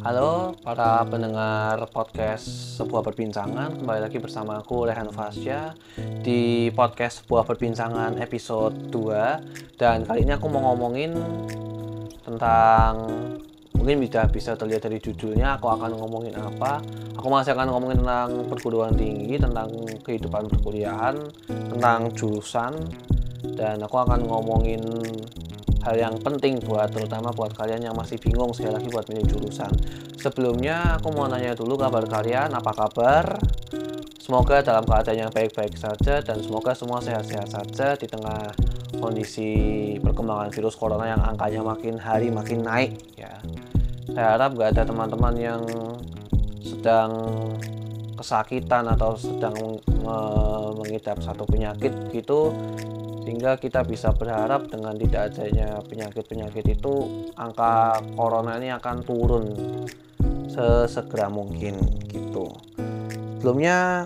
Halo para pendengar podcast Sebuah Perbincangan. Kembali lagi bersama aku Rehan Fasya di podcast Sebuah Perbincangan episode 2. Dan kali ini aku mau ngomongin tentang, mungkin bisa terlihat dari judulnya, aku akan ngomongin apa. Aku masih akan ngomongin tentang perguruan tinggi, tentang kehidupan perkuliahan, tentang jurusan. Dan aku akan ngomongin hal yang penting terutama buat kalian yang masih bingung sekali lagi buat milih jurusan. Sebelumnya aku mau nanya dulu kabar kalian, apa kabar? Semoga dalam keadaan yang baik-baik saja dan semoga semua sehat-sehat saja di tengah kondisi perkembangan virus corona yang angkanya makin hari makin naik ya. Saya harap gak ada teman-teman yang sedang kesakitan atau sedang mengidap satu penyakit gitu, sehingga kita bisa berharap dengan tidak adanya penyakit-penyakit itu angka corona ini akan turun sesegera mungkin gitu. Sebelumnya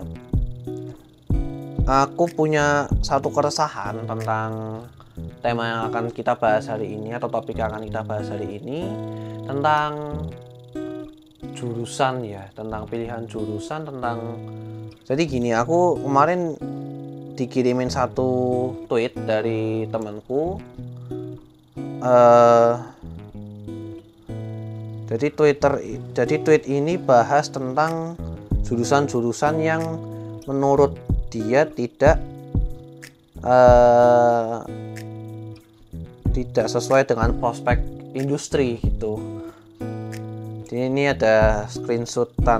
aku punya satu keresahan tentang tema yang akan kita bahas hari ini atau topik yang akan kita bahas hari ini, tentang jurusan ya, tentang pilihan jurusan, jadi gini, aku kemarin dikirimin satu tweet dari temanku. Jadi tweet ini bahas tentang jurusan-jurusan yang menurut dia tidak sesuai dengan prospek industri gitu. Jadi ini ada screenshotan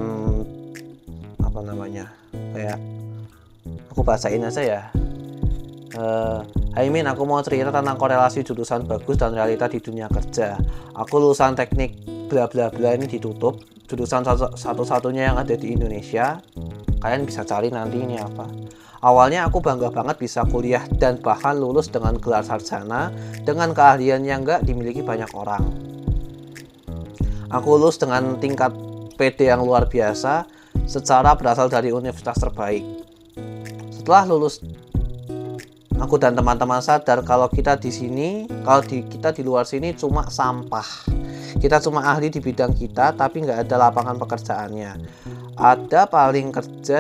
kayak aku bahasain aja ya. Hai Min, aku mau cerita tentang korelasi jurusan bagus dan realita di dunia kerja. Aku lulusan teknik bla bla bla, ini ditutup. Jurusan satu-satunya yang ada di Indonesia. Kalian bisa cari nanti ini apa. Awalnya aku bangga banget bisa kuliah dan bahkan lulus dengan gelar sarjana dengan keahlian yang gak dimiliki banyak orang. Aku lulus dengan tingkat PD yang luar biasa secara berasal dari universitas terbaik. Setelah lulus, aku dan teman-teman sadar kalau kita di luar sini cuma sampah. Kita cuma ahli di bidang kita, tapi nggak ada lapangan pekerjaannya. Paling kerja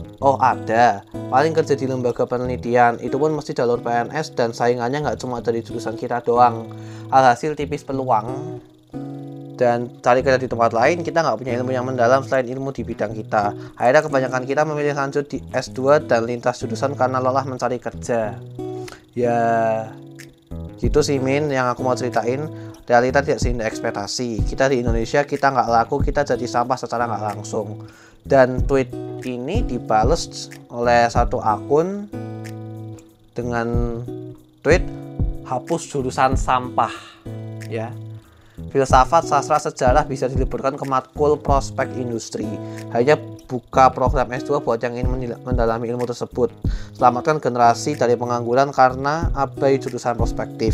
di lembaga penelitian, itu pun mesti jalur PNS dan saingannya nggak cuma dari jurusan kita doang. Alhasil tipis peluang. Dan cari kerja di tempat lain, kita nggak punya ilmu yang mendalam selain ilmu di bidang kita. Akhirnya kebanyakan kita memilih lanjut di S2 dan lintas jurusan karena lelah mencari kerja. Ya gitu sih Min, yang aku mau ceritain. Realita tidak seindah ekspektasi. Kita di Indonesia, kita nggak laku, kita jadi sampah secara nggak langsung. Dan tweet ini dibales oleh satu akun dengan tweet hapus jurusan sampah ya. Filsafat, sastra, sejarah bisa diliburkan ke matkul prospek industri. Hanya buka program S2 buat yang ingin mendalami ilmu tersebut. Selamatkan generasi dari pengangguran karena abai jurusan prospektif.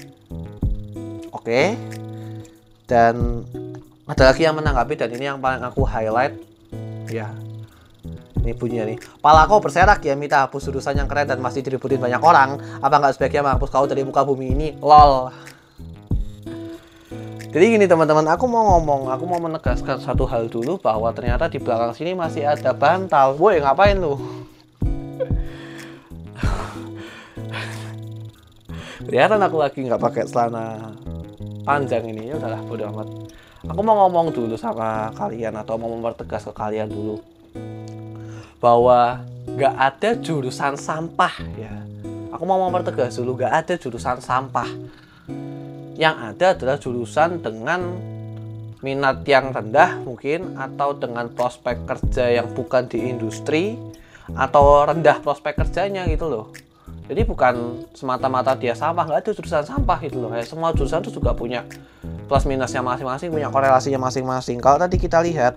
Oke. Dan ada lagi yang menanggapi, dan ini yang paling aku highlight ya. Ini bunyinya nih. Pala kau berserak ya minta hapus jurusan yang keren dan masih diributin banyak orang. Apa nggak sebaiknya menghapus kau dari muka bumi ini? Lol. Jadi gini teman-teman, aku mau menegaskan satu hal dulu, bahwa ternyata di belakang sini masih ada bantal. Woi, ngapain lu? Kelihatan aku lagi nggak pakai celana panjang ini. Ya udahlah, bodo amat. Aku mau ngomong dulu sama kalian, atau mau mempertegas ke kalian dulu, bahwa nggak ada jurusan sampah ya. Aku mau mempertegas dulu, nggak ada jurusan sampah. Yang ada adalah jurusan dengan minat yang rendah mungkin, atau dengan prospek kerja yang bukan di industri, atau rendah prospek kerjanya gitu loh. Jadi bukan semata-mata dia sampah, nggak ada jurusan sampah gitu loh. Semua jurusan itu juga punya plus minusnya masing-masing, punya korelasinya masing-masing. Kalau tadi kita lihat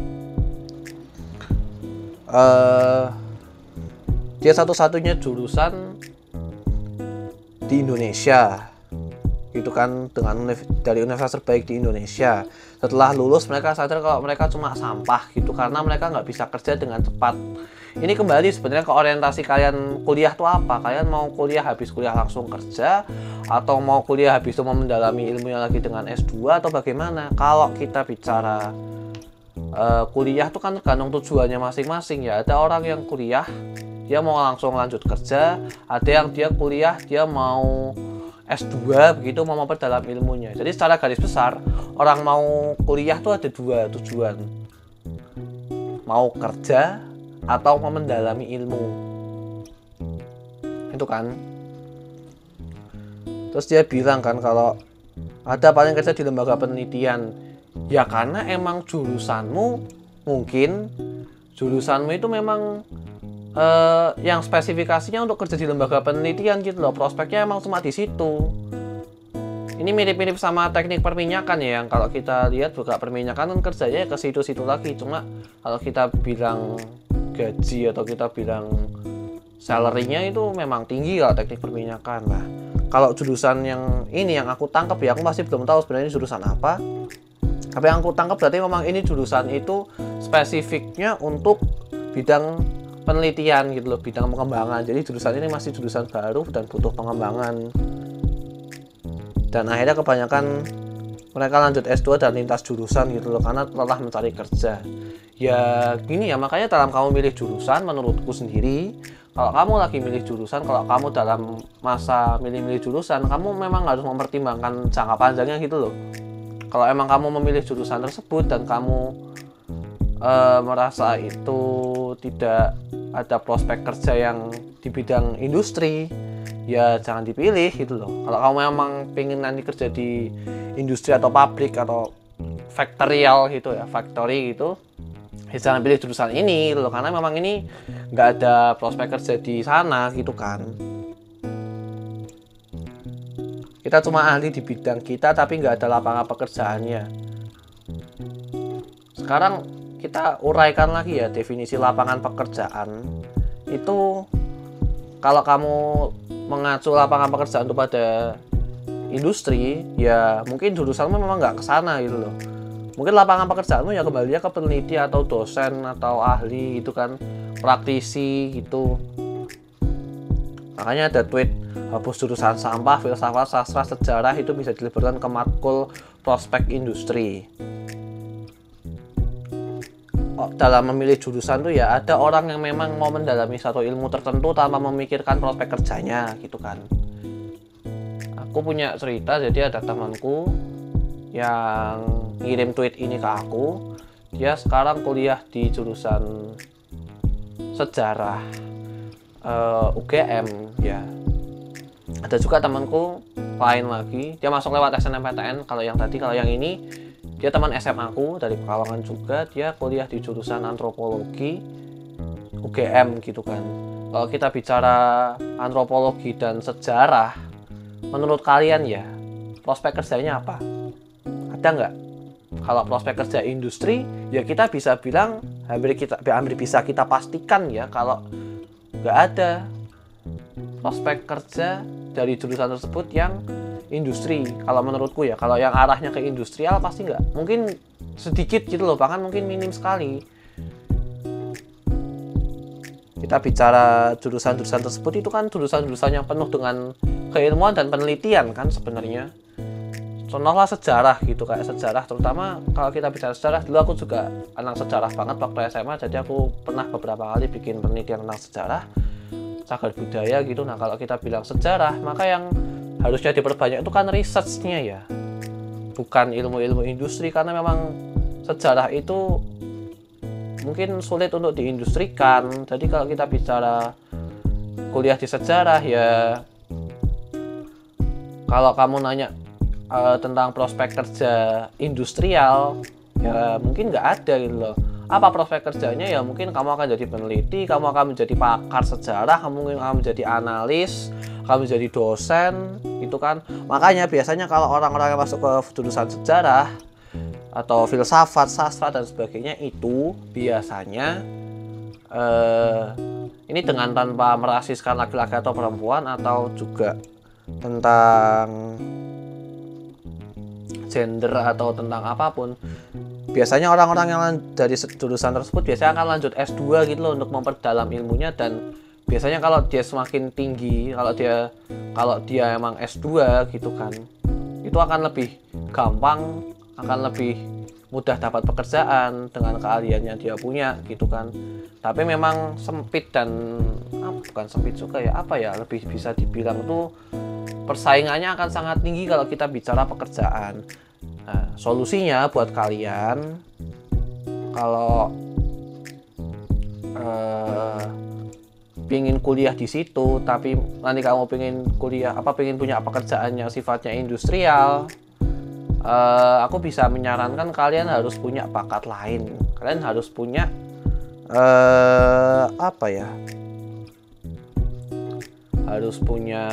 dia satu-satunya jurusan di Indonesia gitu kan, dari universitas terbaik di Indonesia. Setelah lulus mereka sadar kalau mereka cuma sampah gitu, karena mereka nggak bisa kerja dengan cepat. Ini kembali sebenarnya ke orientasi kalian kuliah tuh apa. Kalian mau kuliah habis kuliah langsung kerja, atau mau kuliah habis itu mau mendalami ilmunya lagi dengan S2 atau bagaimana. Kalau kita bicara kuliah tuh kan tergantung tujuannya masing-masing ya. Ada orang yang kuliah dia mau langsung lanjut kerja, ada yang dia kuliah dia mau S2 begitu, mau memperdalam ilmunya. Jadi secara garis besar orang mau kuliah tuh ada dua tujuan, mau kerja atau mau mendalami ilmu, itu kan. Terus dia bilang kan kalau ada paling kerja di lembaga penelitian, ya karena emang jurusanmu itu memang yang spesifikasinya untuk kerja di lembaga penelitian gitu loh. Prospeknya emang cuma di situ. Ini mirip-mirip sama teknik perminyakan ya, yang kalau kita lihat buka perminyakan kan kerjanya ke situ-situ lagi. Cuma kalau kita bilang gaji atau kita bilang salary-nya itu memang tinggi kalau teknik perminyakan. Nah, kalau jurusan yang ini yang aku tangkap ya, aku masih belum tahu sebenarnya ini jurusan apa. Tapi yang aku tangkap berarti memang ini jurusan itu spesifiknya untuk bidang penelitian gitu loh, bidang pengembangan. Jadi jurusan ini masih jurusan baru dan butuh pengembangan. Dan akhirnya kebanyakan mereka lanjut S2 dan lintas jurusan gitu loh, karena telah mencari kerja. Ya gini ya, makanya dalam kamu milih jurusan, menurutku sendiri, kalau kamu lagi milih jurusan, kalau kamu dalam masa milih-milih jurusan, kamu memang harus mempertimbangkan jangka panjangnya gitu loh. Kalau emang kamu memilih jurusan tersebut dan kamu merasa itu tidak ada prospek kerja yang di bidang industri, ya jangan dipilih gitu loh. Kalau kamu memang pengen nanti kerja di industri atau pabrik atau factory gitu, ya jangan pilih jurusan ini gitu loh, karena memang ini nggak ada prospek kerja di sana gitu kan. Kita cuma ahli di bidang kita tapi nggak ada lapangan pekerjaannya. Sekarang kita uraikan lagi ya definisi lapangan pekerjaan. Itu kalau kamu mengacu lapangan pekerjaan itu pada industri, ya mungkin jurusanmu memang nggak kesana gitu loh. Mungkin lapangan pekerjaanmu ya kembali ke peneliti atau dosen atau ahli gitu kan, praktisi gitu. Makanya ada tweet hapus jurusan sampah, filsafat, sastra, sejarah itu bisa diliburkan ke matkul prospek industri. Dalam memilih jurusan tuh ya ada orang yang memang mau mendalami satu ilmu tertentu tanpa memikirkan prospek kerjanya gitu kan. Aku punya cerita, jadi ada temanku yang ngirim tweet ini ke aku. Dia sekarang kuliah di jurusan sejarah UGM ya. Ada juga temanku lain lagi, dia masuk lewat SNMPTN. Kalau yang ini dia teman SMA aku dari Pekalongan juga, dia kuliah di jurusan antropologi UGM gitu kan. Kalau kita bicara antropologi dan sejarah, menurut kalian ya prospek kerjanya apa? Ada nggak? Kalau prospek kerja industri, ya kita bisa bilang hampir bisa kita pastikan ya kalau nggak ada prospek kerja dari jurusan tersebut yang industri. Kalau menurutku ya, kalau yang arahnya ke industrial pasti nggak, mungkin sedikit gitu loh, bahkan mungkin minim sekali. Kita bicara jurusan-jurusan tersebut itu kan jurusan-jurusan yang penuh dengan keilmuan dan penelitian kan sebenarnya. Contohlah sejarah gitu, kayak sejarah, terutama kalau kita bicara sejarah, dulu aku juga anak sejarah banget waktu SMA, jadi aku pernah beberapa kali bikin penelitian tentang sejarah, cagar budaya gitu. Nah kalau kita bilang sejarah, maka yang harusnya diperbanyak itu kan research-nya ya, bukan ilmu-ilmu industri, karena memang sejarah itu mungkin sulit untuk diindustrikan. Jadi kalau kita bicara kuliah di sejarah ya, kalau kamu nanya tentang prospek kerja industrial ya mungkin nggak ada gitu loh. Apa prospek kerjanya? Ya mungkin kamu akan jadi peneliti, kamu akan menjadi pakar sejarah, kamu mungkin akan menjadi analis, kamu menjadi dosen gitu kan. Makanya biasanya kalau orang-orang yang masuk ke jurusan sejarah atau filsafat, sastra dan sebagainya itu biasanya ini dengan tanpa merasiskan laki-laki atau perempuan atau juga tentang gender atau tentang apapun, biasanya orang-orang yang dari jurusan tersebut biasanya akan lanjut S2 gitu loh untuk memperdalam ilmunya, dan biasanya kalau dia semakin tinggi, kalau dia emang S2 gitu kan, itu akan lebih gampang, akan lebih mudah dapat pekerjaan dengan keahlian yang dia punya gitu kan. Tapi memang sempit dan bukan sempit juga ya, lebih bisa dibilang tuh persaingannya akan sangat tinggi kalau kita bicara pekerjaan. Nah, solusinya buat kalian kalau pingin kuliah di situ tapi nanti kamu pingin punya pekerjaan yang sifatnya industrial, aku bisa menyarankan kalian harus punya bakat lain. Kalian harus punya harus punya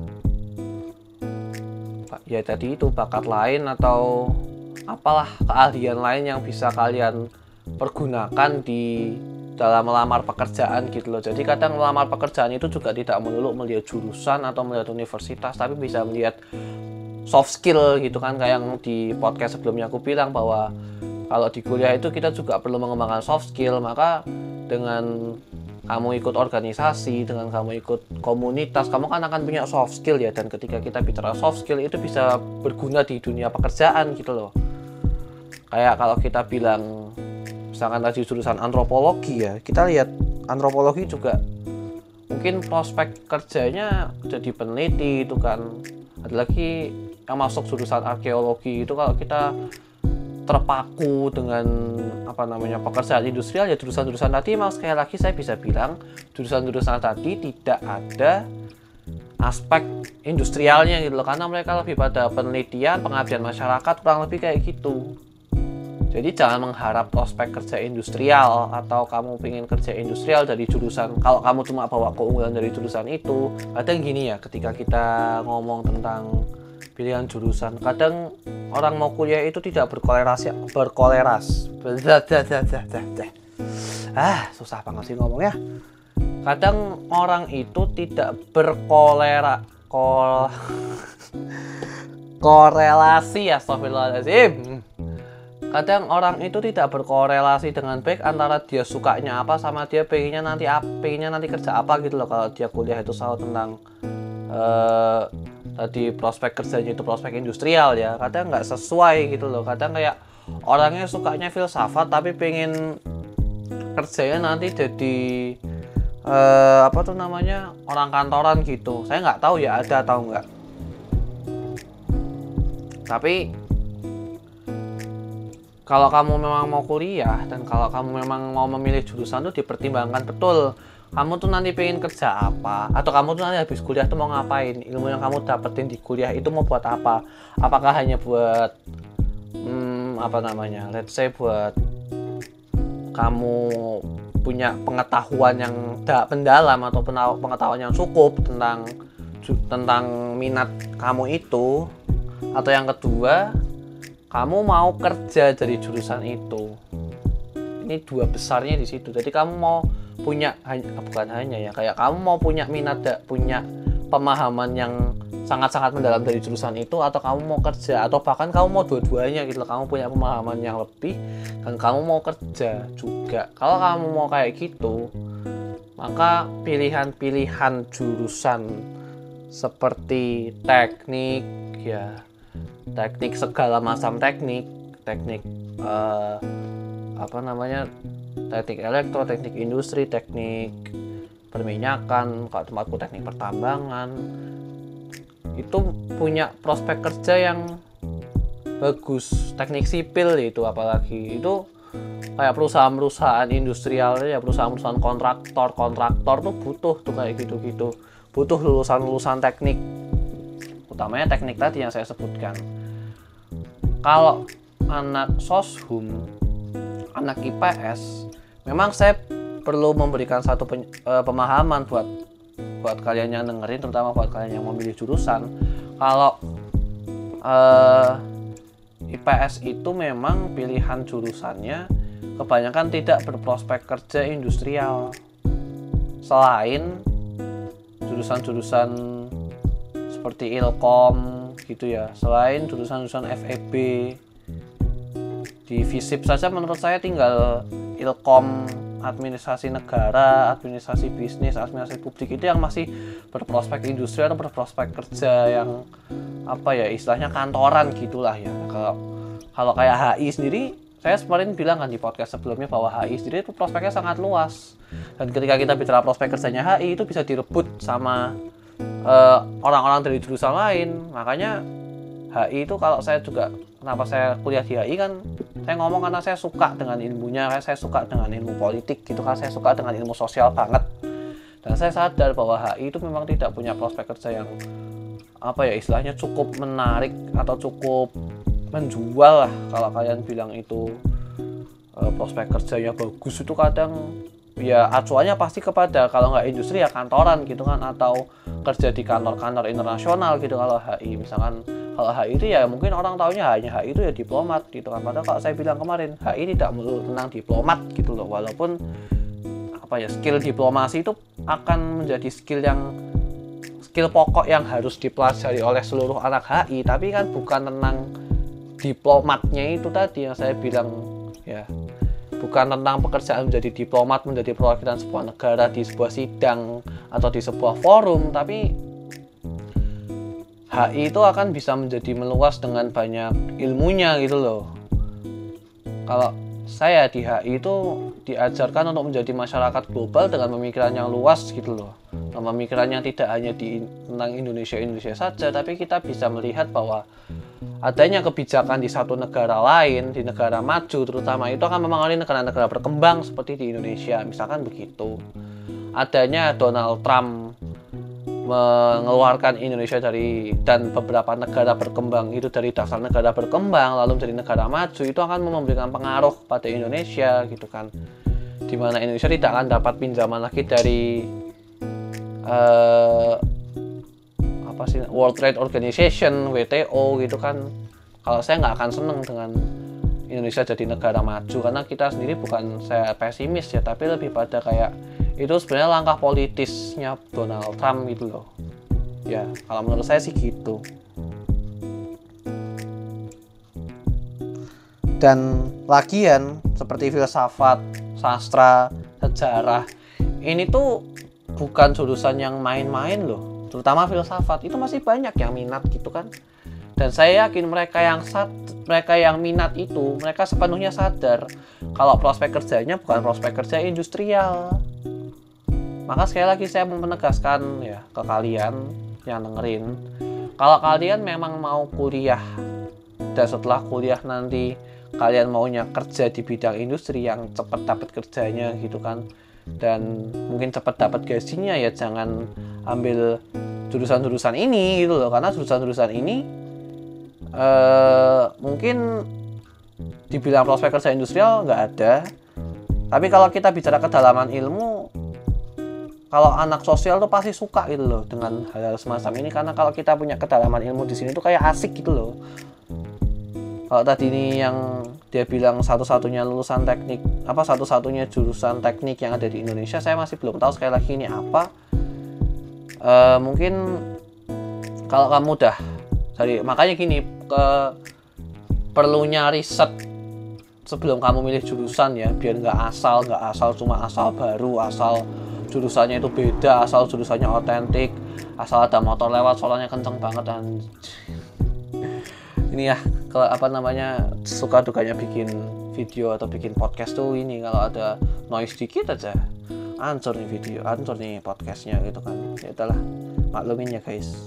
ya tadi itu bakat lain atau apalah keahlian lain yang bisa kalian pergunakan di dalam melamar pekerjaan gitu loh. Jadi kadang melamar pekerjaan itu juga tidak melulu melihat jurusan atau melihat universitas, tapi bisa melihat soft skill gitu kan. Kayak yang di podcast sebelumnya aku bilang bahwa kalau di kuliah itu kita juga perlu mengembangkan soft skill. Maka dengan kamu ikut organisasi, dengan kamu ikut komunitas, kamu kan akan punya soft skill ya. Dan ketika kita bicara soft skill itu bisa berguna di dunia pekerjaan gitu loh. Kayak kalau kita bilang misalkan tadi jurusan antropologi ya, kita lihat antropologi juga mungkin prospek kerjanya jadi peneliti itu kan. Ada lagi yang masuk jurusan arkeologi itu, kalau kita terpaku dengan pekerjaan industrial ya jurusan-jurusan tadi, memang sekali lagi saya bisa bilang jurusan-jurusan tadi tidak ada aspek industrialnya gitu loh, karena mereka lebih pada penelitian, pengabdian masyarakat, kurang lebih kayak gitu. Jadi jangan mengharap prospek kerja industrial atau kamu pengen kerja industrial dari jurusan, kalau kamu cuma bawa keunggulan dari jurusan itu. Kadang gini ya, ketika kita ngomong tentang pilihan jurusan, kadang orang mau kuliah itu tidak susah banget sih ngomongnya. Kadang orang itu tidak korelasi, astagfirullahaladzim. Kadang orang itu tidak berkorelasi dengan baik antara dia sukanya apa sama dia pengennya nanti kerja apa gitu loh. Kalau dia kuliah itu selalu tentang tadi prospek kerjanya itu prospek industrial ya, kadang nggak sesuai gitu loh. Kadang kayak orangnya sukanya filsafat tapi pengen kerjanya nanti jadi orang kantoran gitu. Saya nggak tahu ya ada atau enggak. Tapi kalau kamu memang mau kuliah dan kalau kamu memang mau memilih jurusan tuh dipertimbangkan betul. Kamu tuh nanti pengen kerja apa, atau kamu tuh nanti habis kuliah tuh mau ngapain, ilmu yang kamu dapetin di kuliah itu mau buat apa. Apakah hanya buat let's say buat kamu punya pengetahuan yang mendalam atau pengetahuan yang cukup tentang minat kamu itu, atau yang kedua kamu mau kerja dari jurusan itu. Ini dua besarnya di situ. Jadi kamu mau punya kayak kamu mau punya minat, punya pemahaman yang sangat-sangat mendalam dari jurusan itu, atau kamu mau kerja, atau bahkan kamu mau dua-duanya gitu loh. Kamu punya pemahaman yang lebih dan kamu mau kerja juga. Kalau kamu mau kayak gitu, maka pilihan-pilihan jurusan seperti teknik segala macam teknik elektro, teknik industri, teknik perminyakan, kalau tempatku teknik pertambangan, itu punya prospek kerja yang bagus. Teknik sipil itu apalagi, itu kayak perusahaan-perusahaan industrial ya, perusahaan-perusahaan kontraktor tuh butuh tuh kayak gitu-gitu, butuh lulusan teknik, utamanya teknik tadi yang saya sebutkan. Kalau anak soshum, anak IPS, memang saya perlu memberikan satu pemahaman buat kalian yang dengerin, terutama buat kalian yang memilih jurusan. Kalau IPS itu memang pilihan jurusannya kebanyakan tidak berprospek kerja industrial, selain jurusan-jurusan seperti Ilkom gitu ya, selain jurusan-jurusan FEB. Di FISIP saja menurut saya tinggal Ilkom, administrasi negara, administrasi bisnis, administrasi publik itu yang masih berprospek industri atau berprospek kerja yang istilahnya kantoran gitulah ya. Kalau kayak HI sendiri, saya kemarin bilang kan di podcast sebelumnya bahwa HI sendiri itu prospeknya sangat luas. Dan ketika kita bicara prospek kerjanya HI itu bisa direbut sama orang-orang dari jurusan lain. Makanya HI itu kalau saya juga, kenapa saya kuliah di HI kan, saya ngomong karena saya suka dengan ilmunya, saya suka dengan ilmu politik gitu kan, saya suka dengan ilmu sosial banget. Dan saya sadar bahwa HI itu memang tidak punya prospek kerja yang istilahnya cukup menarik atau cukup menjual lah. Kalau kalian bilang itu prospek kerjanya bagus, itu kadang ya acuannya pasti kepada, kalau nggak industri ya kantoran gitu kan, atau kerja di kantor-kantor internasional gitu. Kalau HI misalkan, kalau HI itu ya mungkin orang taunya hanya HI itu ya diplomat gitu kan. Padahal kalau saya bilang kemarin, HI tidak melulu tentang diplomat gitu loh. Walaupun skill diplomasi itu akan menjadi skill pokok yang harus dipelajari oleh seluruh anak HI, tapi kan bukan tentang diplomatnya itu tadi yang saya bilang ya. Bukan tentang pekerjaan menjadi diplomat, menjadi perwakilan sebuah negara di sebuah sidang atau di sebuah forum, tapi HI itu akan bisa menjadi meluas dengan banyak ilmunya gitu loh. Kalau saya di HI itu diajarkan untuk menjadi masyarakat global dengan pemikiran yang luas gitu loh. Pemikiran yang tidak hanya tentang Indonesia saja, tapi kita bisa melihat bahwa adanya kebijakan di satu negara lain, di negara maju terutama, itu akan mempengaruhi negara-negara berkembang seperti di Indonesia, misalkan begitu. Adanya Donald Trump mengeluarkan Indonesia dan beberapa negara berkembang itu dari daftar negara berkembang lalu menjadi negara maju, itu akan memberikan pengaruh pada Indonesia gitu kan, dimana Indonesia tidak akan dapat pinjaman lagi dari World Trade Organization, WTO gitu kan. Kalau saya nggak akan seneng dengan Indonesia jadi negara maju, karena kita sendiri, bukan saya pesimis ya, tapi lebih pada kayak itu sebenarnya langkah politisnya Donald Trump gitu loh ya. Kalau menurut saya sih gitu. Dan lagian seperti filsafat, sastra, sejarah, ini tuh bukan jurusan yang main-main loh. Terutama filsafat itu masih banyak yang minat gitu kan. Dan saya yakin mereka yang minat itu, mereka sepenuhnya sadar kalau prospek kerjanya bukan prospek kerja industrial. Maka sekali lagi saya mau menegaskan ya ke kalian yang dengerin, kalau kalian memang mau kuliah dan setelah kuliah nanti kalian maunya kerja di bidang industri yang cepat dapat kerjanya gitu kan, dan mungkin cepat dapat gajinya, ya jangan ambil jurusan-jurusan ini gitu loh. Karena jurusan-jurusan ini mungkin dibilang prospek kerja industrial nggak ada, tapi kalau kita bicara kedalaman ilmu, kalau anak sosial tuh pasti suka gitu loh dengan hal-hal semacam ini, karena kalau kita punya kedalaman ilmu di sini tuh kayak asik gitu loh. Kalau tadi ini yang dia bilang satu-satunya lulusan teknik, satu-satunya jurusan teknik yang ada di Indonesia, saya masih belum tahu sekali lagi ini apa. Mungkin kalau kamu udah makanya gini, perlunya riset sebelum kamu milih jurusan ya, biar nggak asal cuma asal baru, asal jurusannya itu beda, asal jurusannya otentik, asal ada motor lewat suaranya kenceng banget. Dan ini ya, suka dukanya bikin video atau bikin podcast tuh ini, kalau ada noise dikit aja hancur nih video, hancur nih podcastnya gitu kan. Ya udahlah, maklumin ya guys.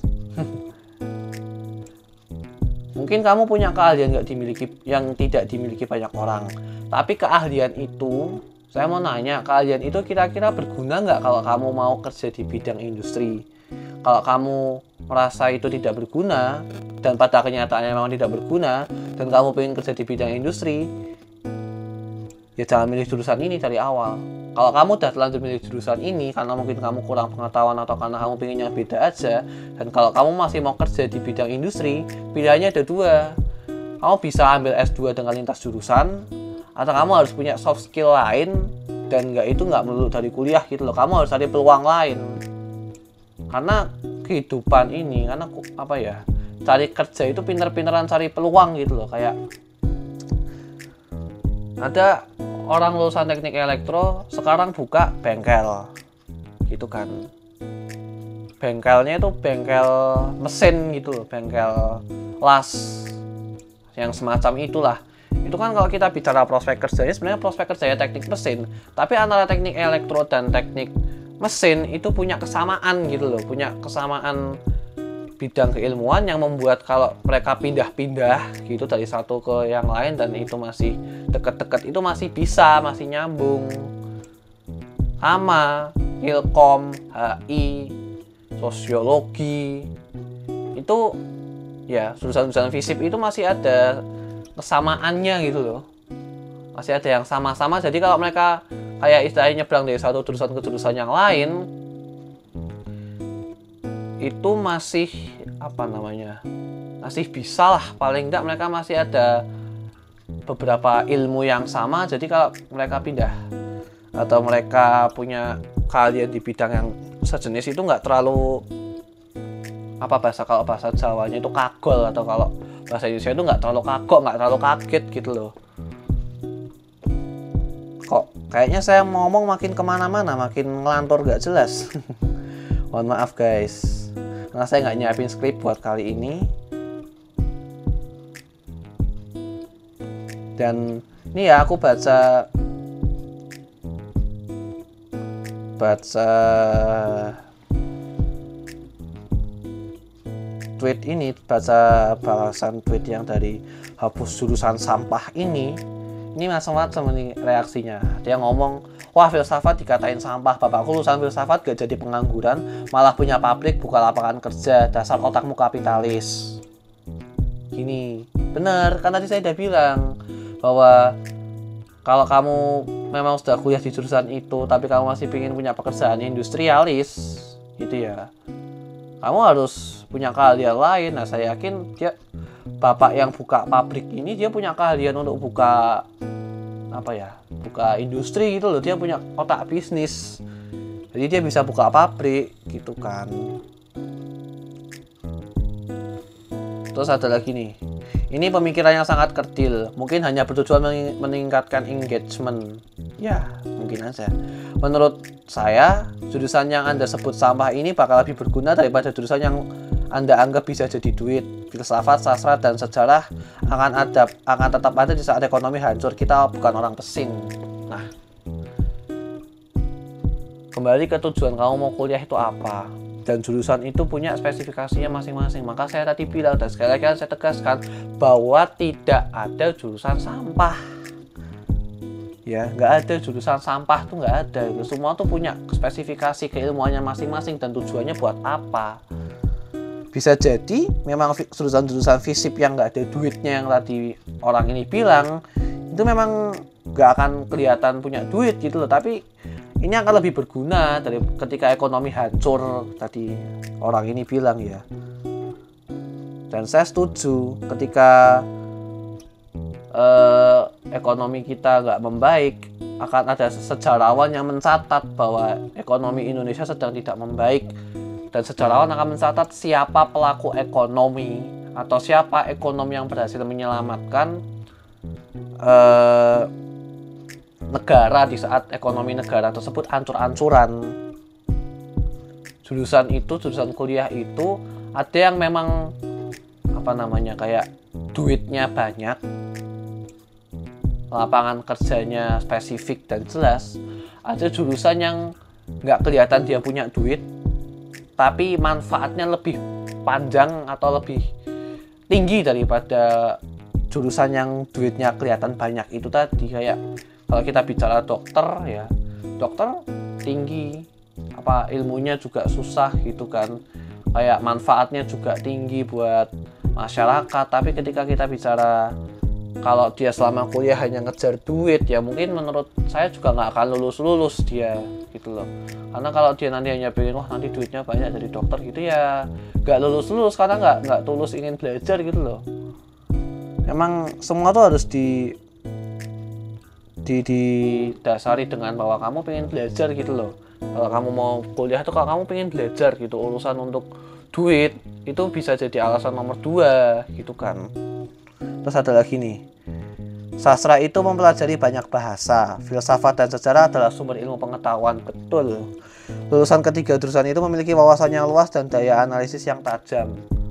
Mungkin kamu punya keahlian yang tidak dimiliki banyak orang, tapi keahlian itu, saya mau nanya, keahlian itu kira-kira berguna nggak kalau kamu mau kerja di bidang industri? Kalau kamu merasa itu tidak berguna, dan pada kenyataannya memang tidak berguna, dan kamu pengen kerja di bidang industri, ya jangan milih jurusan ini dari awal. Kalau kamu udah terlanjur milih jurusan ini karena mungkin kamu kurang pengetahuan atau karena kamu pengennya beda aja, dan kalau kamu masih mau kerja di bidang industri, pilihannya ada dua. Kamu bisa ambil S2 dengan lintas jurusan, atau kamu harus punya soft skill lain, dan itu nggak melulu dari kuliah gitu loh. Kamu harus cari peluang lain. Karena kehidupan ini, karena cari kerja itu pinter-pinteran cari peluang gitu loh. Kayak ada orang lulusan teknik elektro sekarang buka bengkel gitu kan. Bengkelnya itu bengkel mesin gitu loh, bengkel las yang semacam itulah. Itu kan kalau kita bicara prospek kerjanya, sebenarnya prospek kerjanya teknik mesin, tapi antara teknik elektro dan teknik mesin itu punya kesamaan gitu loh, punya kesamaan bidang keilmuan yang membuat kalau mereka pindah-pindah gitu dari satu ke yang lain dan itu masih deket-deket, itu masih bisa, masih nyambung. Sama Ilkom, HI, sosiologi itu ya, jurusan-jurusan FISIP itu masih ada kesamaannya gitu loh, masih ada yang sama-sama. Jadi kalau mereka kayak istilahnya nyebrang dari satu jurusan ke jurusan yang lain, itu masih masih bisa lah, paling enggak mereka masih ada beberapa ilmu yang sama. Jadi kalau mereka pindah atau mereka punya keahlian di bidang yang sejenis itu nggak terlalu kalau bahasa Jawanya itu kagol, atau kalau bahasa Indonesia itu nggak terlalu kagok, nggak terlalu kaget gitu loh. Kok kayaknya saya ngomong makin kemana-mana, makin ngelantur nggak jelas. Mohon maaf guys, karena saya nggak nyiapin skrip buat kali ini. Dan ini ya, aku baca tweet ini, baca balasan tweet yang dari hapus jurusan sampah ini macam-macam nih reaksinya. Dia ngomong, wah filsafat dikatain sampah, bapakku lulusan filsafat gak jadi pengangguran, malah punya pabrik, buka lapangan kerja, dasar otakmu kapitalis. Gini, bener, kan tadi saya udah bilang bahwa kalau kamu memang sudah kuliah di jurusan itu tapi kamu masih ingin punya pekerjaan industrialis gitu ya, kamu harus punya keahlian lain. Nah, saya yakin bapak yang buka pabrik ini dia punya keahlian untuk buka buka industri gitu loh. Dia punya otak bisnis, jadi dia bisa buka pabrik gitu kan. Terus ada lagi nih, ini pemikirannya sangat kerdil, mungkin hanya bertujuan meningkatkan engagement. Ya, mungkin aja. Menurut saya, jurusan yang Anda sebut sampah ini bakal lebih berguna daripada jurusan yang Anda anggap bisa jadi duit. Filsafat, sastra, dan sejarah akan tetap ada di saat ekonomi hancur. Kita bukan orang pesing. Nah, kembali ke tujuan kamu mau kuliah itu apa, dan jurusan itu punya spesifikasinya masing-masing. Maka saya tadi bilang, dan sekali lagi saya tegaskan bahwa tidak ada jurusan sampah. Ya, nggak ada jurusan sampah tuh, nggak ada. Semua tuh punya spesifikasi keilmuannya masing-masing dan tujuannya buat apa. Bisa jadi memang jurusan-jurusan FISIP yang nggak ada duitnya yang tadi orang ini bilang, itu memang nggak akan kelihatan punya duit gitu loh. Tapi ini akan lebih berguna dari ketika ekonomi hancur tadi orang ini bilang ya. Dan saya setuju, ketika ekonomi kita nggak membaik, akan ada sejarawan yang mencatat bahwa ekonomi Indonesia sedang tidak membaik, dan sejarawan akan mencatat siapa pelaku ekonomi atau siapa ekonomi yang berhasil menyelamatkan negara di saat ekonomi negara tersebut ancur-ancuran. Jurusan kuliah itu ada yang memang kayak duitnya banyak, lapangan kerjanya spesifik dan jelas. Ada jurusan yang nggak kelihatan dia punya duit, tapi manfaatnya lebih panjang atau lebih tinggi daripada jurusan yang duitnya kelihatan banyak itu tadi. Kayak kalau kita bicara dokter ya, dokter tinggi, ilmunya juga susah gitu kan, kayak manfaatnya juga tinggi buat masyarakat. Tapi ketika kita bicara kalau dia selama kuliah hanya ngejar duit, ya mungkin menurut saya juga nggak akan lulus dia gitu loh. Karena kalau dia nanti hanya pengen nanti duitnya banyak jadi dokter gitu, ya nggak lulus karena nggak tulus ingin belajar gitu loh. Emang semua tuh harus didasari dengan bahwa kamu pengen belajar gitu loh. Kalau kamu mau kuliah tuh, kalau kamu pengen belajar gitu, urusan untuk duit itu bisa jadi alasan nomor 2 gitu kan. Terus ada lagi nih, Sastra itu mempelajari banyak bahasa. Filsafat dan sejarah adalah sumber ilmu pengetahuan. Betul. Lulusan ketiga jurusan itu memiliki wawasan yang luas dan daya analisis yang tajam.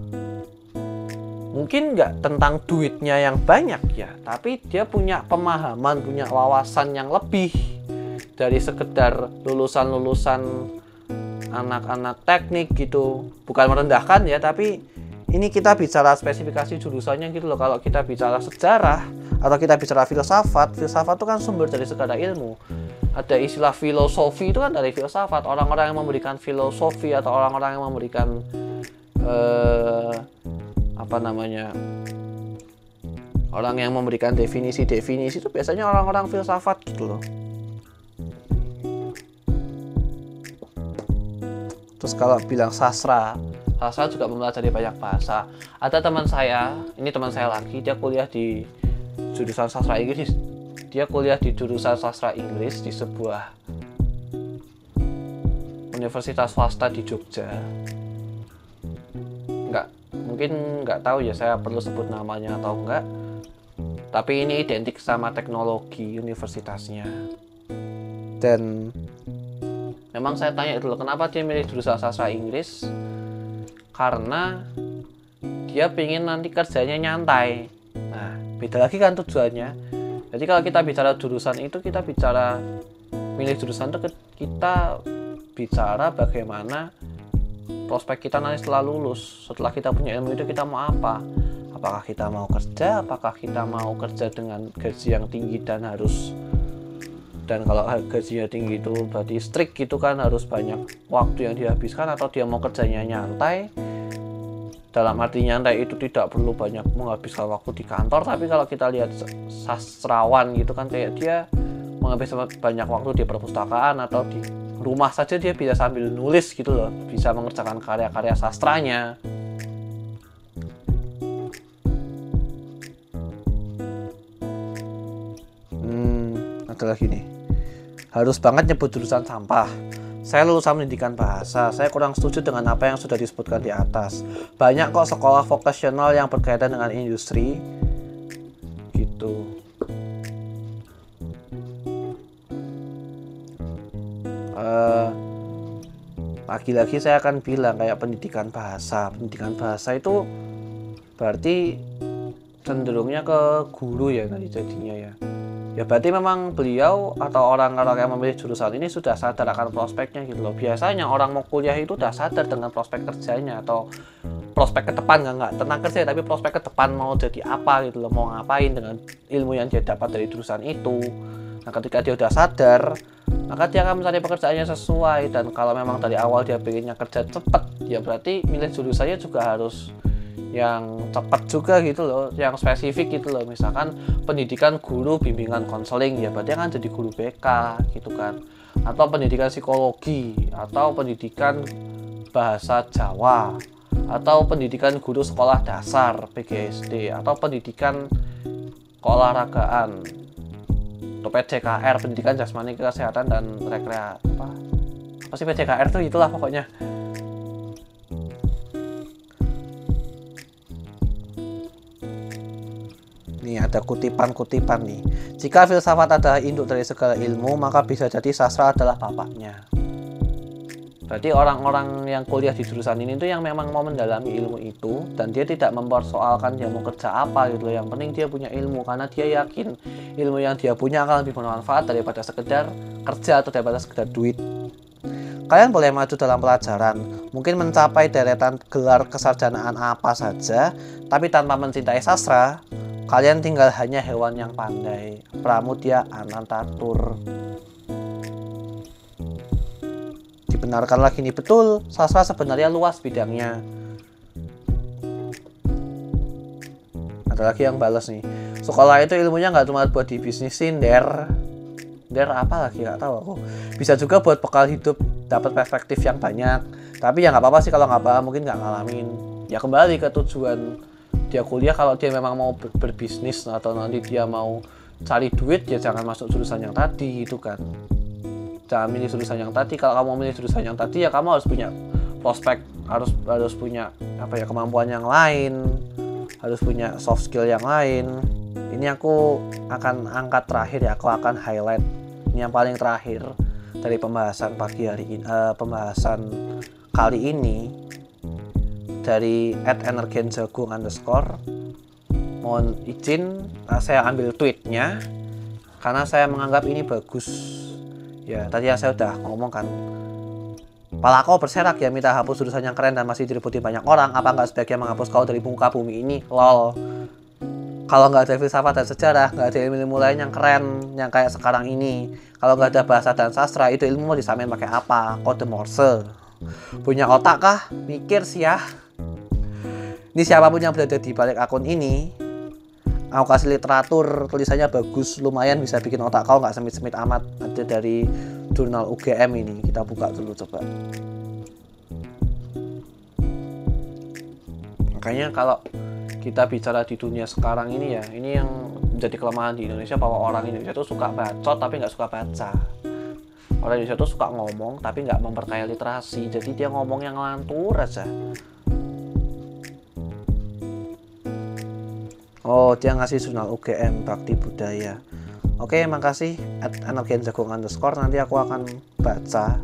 Mungkin nggak tentang duitnya yang banyak ya, tapi dia punya pemahaman, punya wawasan yang lebih dari sekedar lulusan-lulusan anak-anak teknik gitu. Bukan merendahkan ya, tapi ini kita bicara spesifikasi jurusannya gitu loh. Kalau kita bicara sejarah atau kita bicara filsafat itu kan sumber dari segala ilmu. Ada istilah filosofi itu kan dari filsafat. Orang-orang yang memberikan filosofi atau orang-orang yang memberikan orang yang memberikan definisi itu biasanya orang-orang filsafat gitu loh. Terus kalau bilang sastra juga mempelajari banyak bahasa. Ada teman saya lagi, dia kuliah di jurusan sastra Inggris. Dia kuliah di jurusan sastra Inggris di sebuah universitas swasta di Jogja. Mungkin nggak tahu ya, saya perlu sebut namanya atau enggak. Tapi ini identik sama teknologi universitasnya. Dan memang saya tanya dulu kenapa dia milih jurusan sastra Inggris. Karena dia pengen nanti kerjanya nyantai. Nah, beda lagi kan tujuannya. Jadi kalau kita bicara jurusan itu, kita bicara milih jurusan itu, kita bicara bagaimana prospek kita nanti setelah lulus. Setelah kita punya ilmu itu, kita mau apa? Apakah kita mau kerja? Apakah kita mau kerja dengan gaji yang tinggi dan kalau gajinya tinggi itu berarti strict gitu kan, harus banyak waktu yang dihabiskan, atau dia mau kerjanya nyantai. Dalam arti nyantai itu tidak perlu banyak menghabiskan waktu di kantor, tapi kalau kita lihat sastrawan gitu kan, kayak dia menghabiskan banyak waktu di perpustakaan atau di rumah saja dia bisa sambil nulis gitu loh, bisa mengerjakan karya-karya sastranya. Ada lagi nih, harus banget nyebut jurusan sampah. Saya lulusan pendidikan bahasa, saya kurang setuju dengan apa yang sudah disebutkan di atas. Banyak kok sekolah vokasional yang berkaitan dengan industri gitu. Lagi-lagi saya akan bilang kayak pendidikan bahasa itu berarti cenderungnya ke guru ya nanti jadinya ya. Ya berarti memang beliau atau orang-orang yang memilih jurusan ini sudah sadar akan prospeknya gitu loh. Biasanya orang mau kuliah itu udah sadar dengan prospek kerjanya atau prospek ke depan, nggak tentang kerja tapi prospek ke depan mau jadi apa gitu loh, mau ngapain dengan ilmu yang dia dapat dari jurusan itu. Nah ketika dia udah sadar, maka dia akan mencari pekerjaannya sesuai. Dan kalau memang dari awal dia pengennya kerja cepet, ya berarti milih jurusannya juga harus yang cepat juga gitu loh, yang spesifik gitu loh. Misalkan pendidikan guru bimbingan konseling, ya berarti akan jadi guru BK gitu kan, atau pendidikan psikologi, atau pendidikan bahasa Jawa, atau pendidikan guru sekolah dasar PGSD, atau pendidikan keolahragaan atau PJKR, pendidikan jasmani kesehatan dan rekreasi. Apa sih PJKR tuh, itulah pokoknya. Nih ada kutipan-kutipan nih. Jika filsafat adalah induk dari segala ilmu, maka bisa jadi sastra adalah bapaknya. Berarti orang-orang yang kuliah di jurusan ini tuh yang memang mau mendalami ilmu itu, dan dia tidak mempersoalkan dia mau kerja apa gitu loh. Yang penting dia punya ilmu, karena dia yakin ilmu yang dia punya akan lebih bermanfaat daripada sekedar kerja atau daripada sekedar duit. Kalian boleh maju dalam pelajaran, mungkin mencapai deretan gelar kesarjanaan apa saja, tapi tanpa mencintai sastra, kalian tinggal hanya hewan yang pandai. Pramudia Anantatur. Dibenarkan lagi nih, betul, sastra sebenarnya luas bidangnya. Ada lagi yang balas nih, sekolah itu ilmunya nggak cuma buat dibisnisin, der apa lagi nggak tahu aku. Bisa juga buat bekal hidup, dapat perspektif yang banyak. Tapi ya nggak apa-apa sih kalau nggak paham, mungkin nggak ngalamin. Ya kembali ke tujuan dia kuliah. Kalau dia memang mau berbisnis atau nanti dia mau cari duit, ya jangan masuk jurusan yang tadi itu kan. Jangan milih jurusan yang tadi. Kalau kamu milih jurusan yang tadi, ya kamu harus punya prospek, harus punya kemampuan yang lain, harus punya soft skill yang lain. Ini aku akan angkat terakhir ya, aku akan highlight ini yang paling terakhir dari pembahasan pagi hari ini, pembahasan kali ini dari @energenjagung_. Mohon izin saya ambil tweetnya karena saya menganggap ini bagus. Ya, tadi yang saya udah ngomong kan, pala kau berserak ya minta hapus jurusan yang keren dan masih direbuti banyak orang. Apa nggak sebaiknya menghapus kau dari muka bumi ini? Lol. Kalau nggak ada filsafat dan sejarah, nggak ada ilmu lain yang keren yang kayak sekarang ini. Kalau nggak ada bahasa dan sastra, itu ilmu mau disamain pakai apa? Kode Morse. Punya otak kah? Mikir sih ya. Ini siapapun yang berada di balik akun ini, aku kasih literatur, tulisannya bagus, lumayan bisa bikin otak kau nggak semit-semit amat. Ada dari jurnal UGM ini, kita buka dulu coba. Makanya kalau kita bicara di dunia sekarang ini ya, ini yang menjadi kelemahan di Indonesia, bahwa orang Indonesia tuh suka bacot tapi nggak suka baca. Orang Indonesia tuh suka ngomong tapi nggak memperkaya literasi, jadi dia ngomong yang ngelantur aja. Oh, dia ngasih jurnal UGM Bakti Budaya. Oke, makasih @energenjagung_. Nanti aku akan baca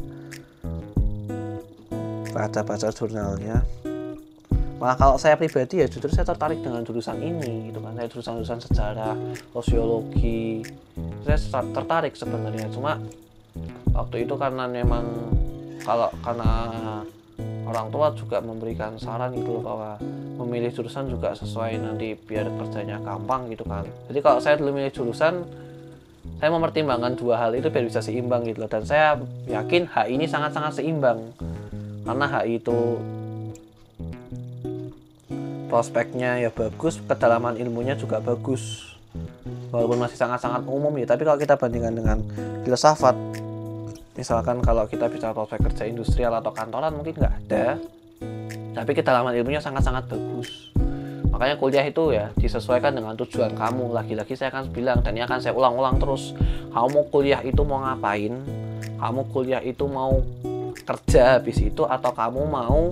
jurnalnya. Malah kalau saya pribadi ya justru saya tertarik dengan jurusan ini gitu kan. Saya jurusan sejarah, sosiologi. Saya tertarik sebenarnya, cuma waktu itu karena memang karena orang tua juga memberikan saran gitu loh, bahwa memilih jurusan juga sesuai nanti biar kerjanya gampang gitu kan. Jadi kalau saya dulu milih jurusan, saya mempertimbangkan dua hal itu biar bisa seimbang gitu loh. Dan saya yakin HI ini sangat-sangat seimbang, karena HI itu prospeknya ya bagus, kedalaman ilmunya juga bagus, walaupun masih sangat-sangat umum ya. Tapi kalau kita bandingkan dengan filsafat, misalkan kalau kita bicara prospek kerja industrial atau kantoran mungkin nggak ada, tapi kedalaman ilmunya sangat-sangat bagus. Makanya kuliah itu ya disesuaikan dengan tujuan kamu. Lagi-lagi saya akan bilang, dan ini akan saya ulang-ulang terus, kamu kuliah itu mau ngapain? Kamu kuliah itu mau kerja habis itu, atau kamu mau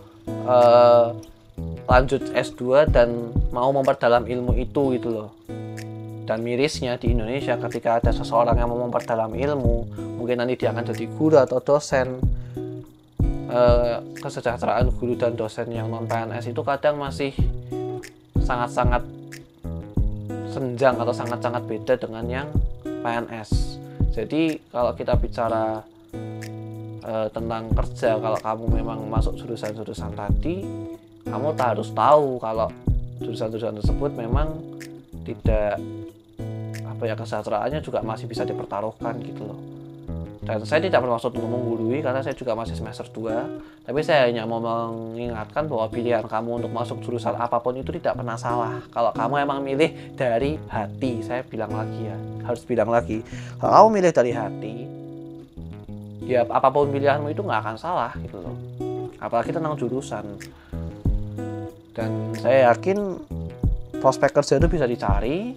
lanjut S2 dan mau memperdalam ilmu itu gitu loh. Dan mirisnya di Indonesia, ketika ada seseorang yang mau memperdalam ilmu, mungkin nanti dia akan jadi guru atau dosen, kesejahteraan guru dan dosen yang non PNS itu kadang masih sangat-sangat senjang atau sangat-sangat beda dengan yang PNS. Jadi kalau kita bicara tentang kerja, kalau kamu memang masuk jurusan-jurusan tadi, kamu harus tahu kalau jurusan-jurusan tersebut memang tidak kesejahteraannya juga masih bisa dipertaruhkan gitu loh. Dan saya tidak bermaksud untuk menggurui karena saya juga masih semester 2, tapi saya hanya mau mengingatkan bahwa pilihan kamu untuk masuk jurusan apapun itu tidak pernah salah kalau kamu emang milih dari hati. Saya bilang lagi ya, harus bilang lagi, kalau kamu milih dari hati, ya apapun pilihanmu itu nggak akan salah gitu loh, apalagi tentang jurusan. Dan saya yakin prospek kerja itu bisa dicari.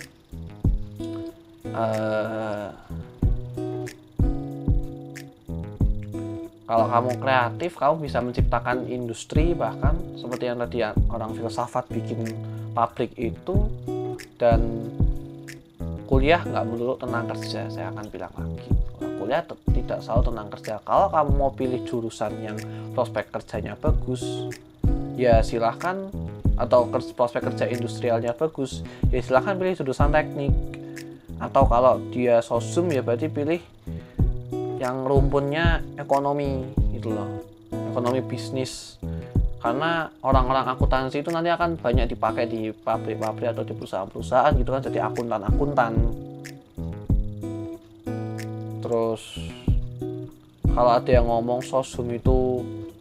Kalau kamu kreatif, kamu bisa menciptakan industri, bahkan seperti yang tadi orang filsafat bikin pabrik itu. Dan kuliah nggak melulu tentang kerja, saya akan bilang lagi, kuliah tidak selalu tentang kerja. Kalau kamu mau pilih jurusan yang prospek kerjanya bagus, ya silahkan, atau prospek kerja industrialnya bagus, ya silahkan pilih jurusan teknik. Atau kalau dia sosum, ya berarti pilih yang rumpunnya ekonomi gitu loh, ekonomi bisnis. Karena orang-orang akuntansi itu nanti akan banyak dipakai di pabrik-pabrik atau di perusahaan-perusahaan gitu kan, jadi akuntan-akuntan. Terus kalau ada yang ngomong sosum itu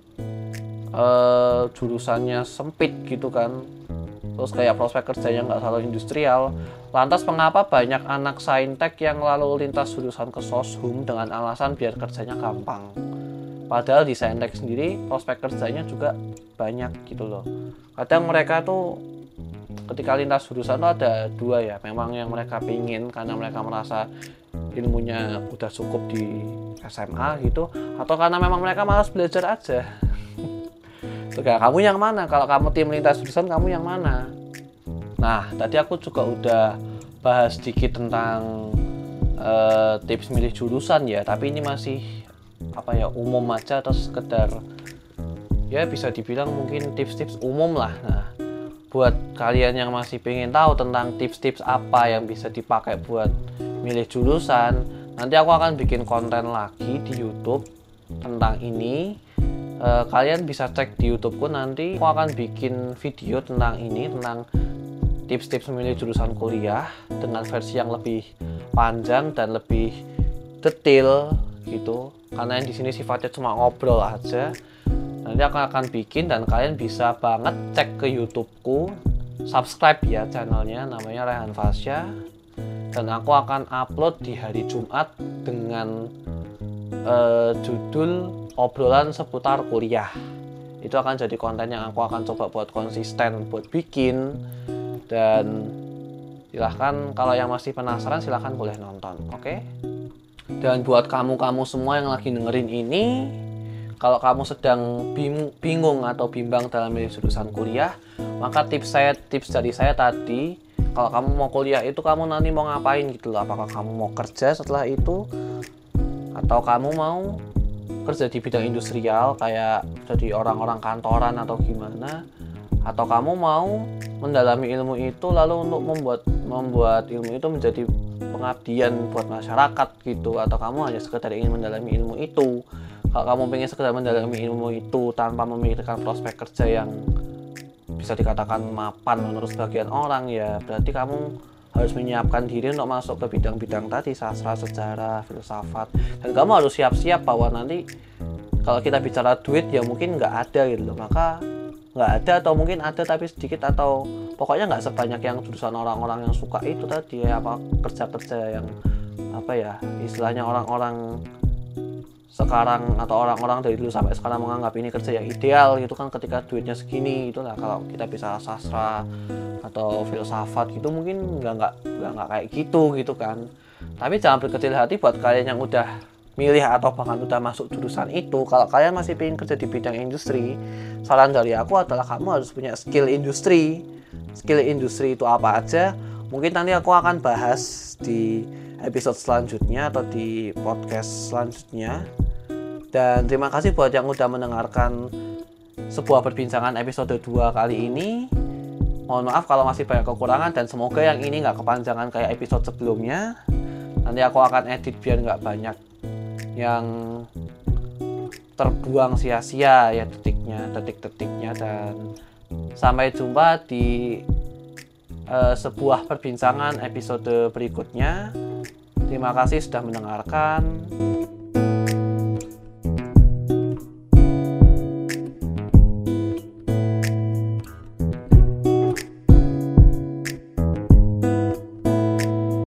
jurusannya sempit gitu kan, terus kayak prospek kerjanya nggak selalu industrial, lantas mengapa banyak anak saintek yang lalu lintas jurusan ke soshum dengan alasan biar kerjanya gampang? Padahal di saintek sendiri prospek kerjanya juga banyak gitu loh. Kadang mereka tuh ketika lintas jurusan tuh ada dua ya, memang yang mereka pingin karena mereka merasa ilmunya udah cukup di SMA gitu, atau karena memang mereka malas belajar aja. Kamu yang mana? Kalau kamu tim lintas jurusan, kamu yang mana? Nah, tadi aku juga udah bahas sedikit tentang tips milih jurusan ya, tapi ini masih umum aja atau sekedar ya bisa dibilang mungkin tips-tips umum lah. Nah, buat kalian yang masih pengen tahu tentang tips-tips apa yang bisa dipakai buat milih jurusan, nanti aku akan bikin konten lagi di YouTube tentang ini. Kalian bisa cek di YouTubeku, nanti aku akan bikin video tentang ini, tentang tips-tips memilih jurusan kuliah dengan versi yang lebih panjang dan lebih detail gitu. Karena yang di sini sifatnya cuma ngobrol aja. Nanti aku akan bikin dan kalian bisa banget cek ke YouTubeku, subscribe ya channelnya, namanya Rehan Fasya. Dan aku akan upload di hari Jumat dengan judul obrolan seputar kuliah. Itu akan jadi konten yang aku akan coba buat konsisten buat bikin. Dan silahkan kalau yang masih penasaran silahkan boleh nonton, oke? Dan buat kamu semua yang lagi dengerin ini, kalau kamu sedang bingung atau bimbang dalam milih jurusan kuliah, maka tips dari saya tadi, kalau kamu mau kuliah itu kamu nanti mau ngapain gitu loh. Apakah kamu mau kerja setelah itu, atau kamu mau kerja di bidang industrial kayak jadi orang-orang kantoran atau gimana, atau kamu mau mendalami ilmu itu lalu untuk membuat ilmu itu menjadi pengabdian buat masyarakat gitu, atau kamu hanya sekedar ingin mendalami ilmu itu. Kalau kamu pengen sekedar mendalami ilmu itu tanpa memikirkan prospek kerja yang bisa dikatakan mapan menurut sebagian orang, ya berarti kamu harus menyiapkan diri untuk masuk ke bidang-bidang tadi, sastra, sejarah, filsafat. Dan kamu harus siap-siap bahwa nanti kalau kita bicara duit ya mungkin nggak ada gitu loh. Maka nggak ada atau mungkin ada tapi sedikit, atau pokoknya nggak sebanyak yang jurusan orang-orang yang suka itu tadi ya, kerja-kerja yang istilahnya orang-orang sekarang atau orang-orang dari dulu sampai sekarang menganggap ini kerja yang ideal gitu kan, ketika duitnya segini. Itulah kalau kita bisa sastra atau filsafat gitu mungkin nggak kayak gitu kan. Tapi jangan berkecil hati buat kalian yang udah milih atau bahkan udah masuk jurusan itu. Kalau kalian masih pengen kerja di bidang industri, saran dari aku adalah kamu harus punya skill industri. Skill industri itu apa aja? Mungkin nanti aku akan bahas di episode selanjutnya atau di podcast selanjutnya. Dan terima kasih buat yang udah mendengarkan sebuah perbincangan episode 2 kali ini. Mohon maaf kalau masih banyak kekurangan, dan semoga yang ini nggak kepanjangan kayak episode sebelumnya. Nanti aku akan edit biar nggak banyak yang terbuang sia-sia ya detik-detiknya. Dan sampai jumpa di sebuah perbincangan episode berikutnya. Terima kasih sudah mendengarkan.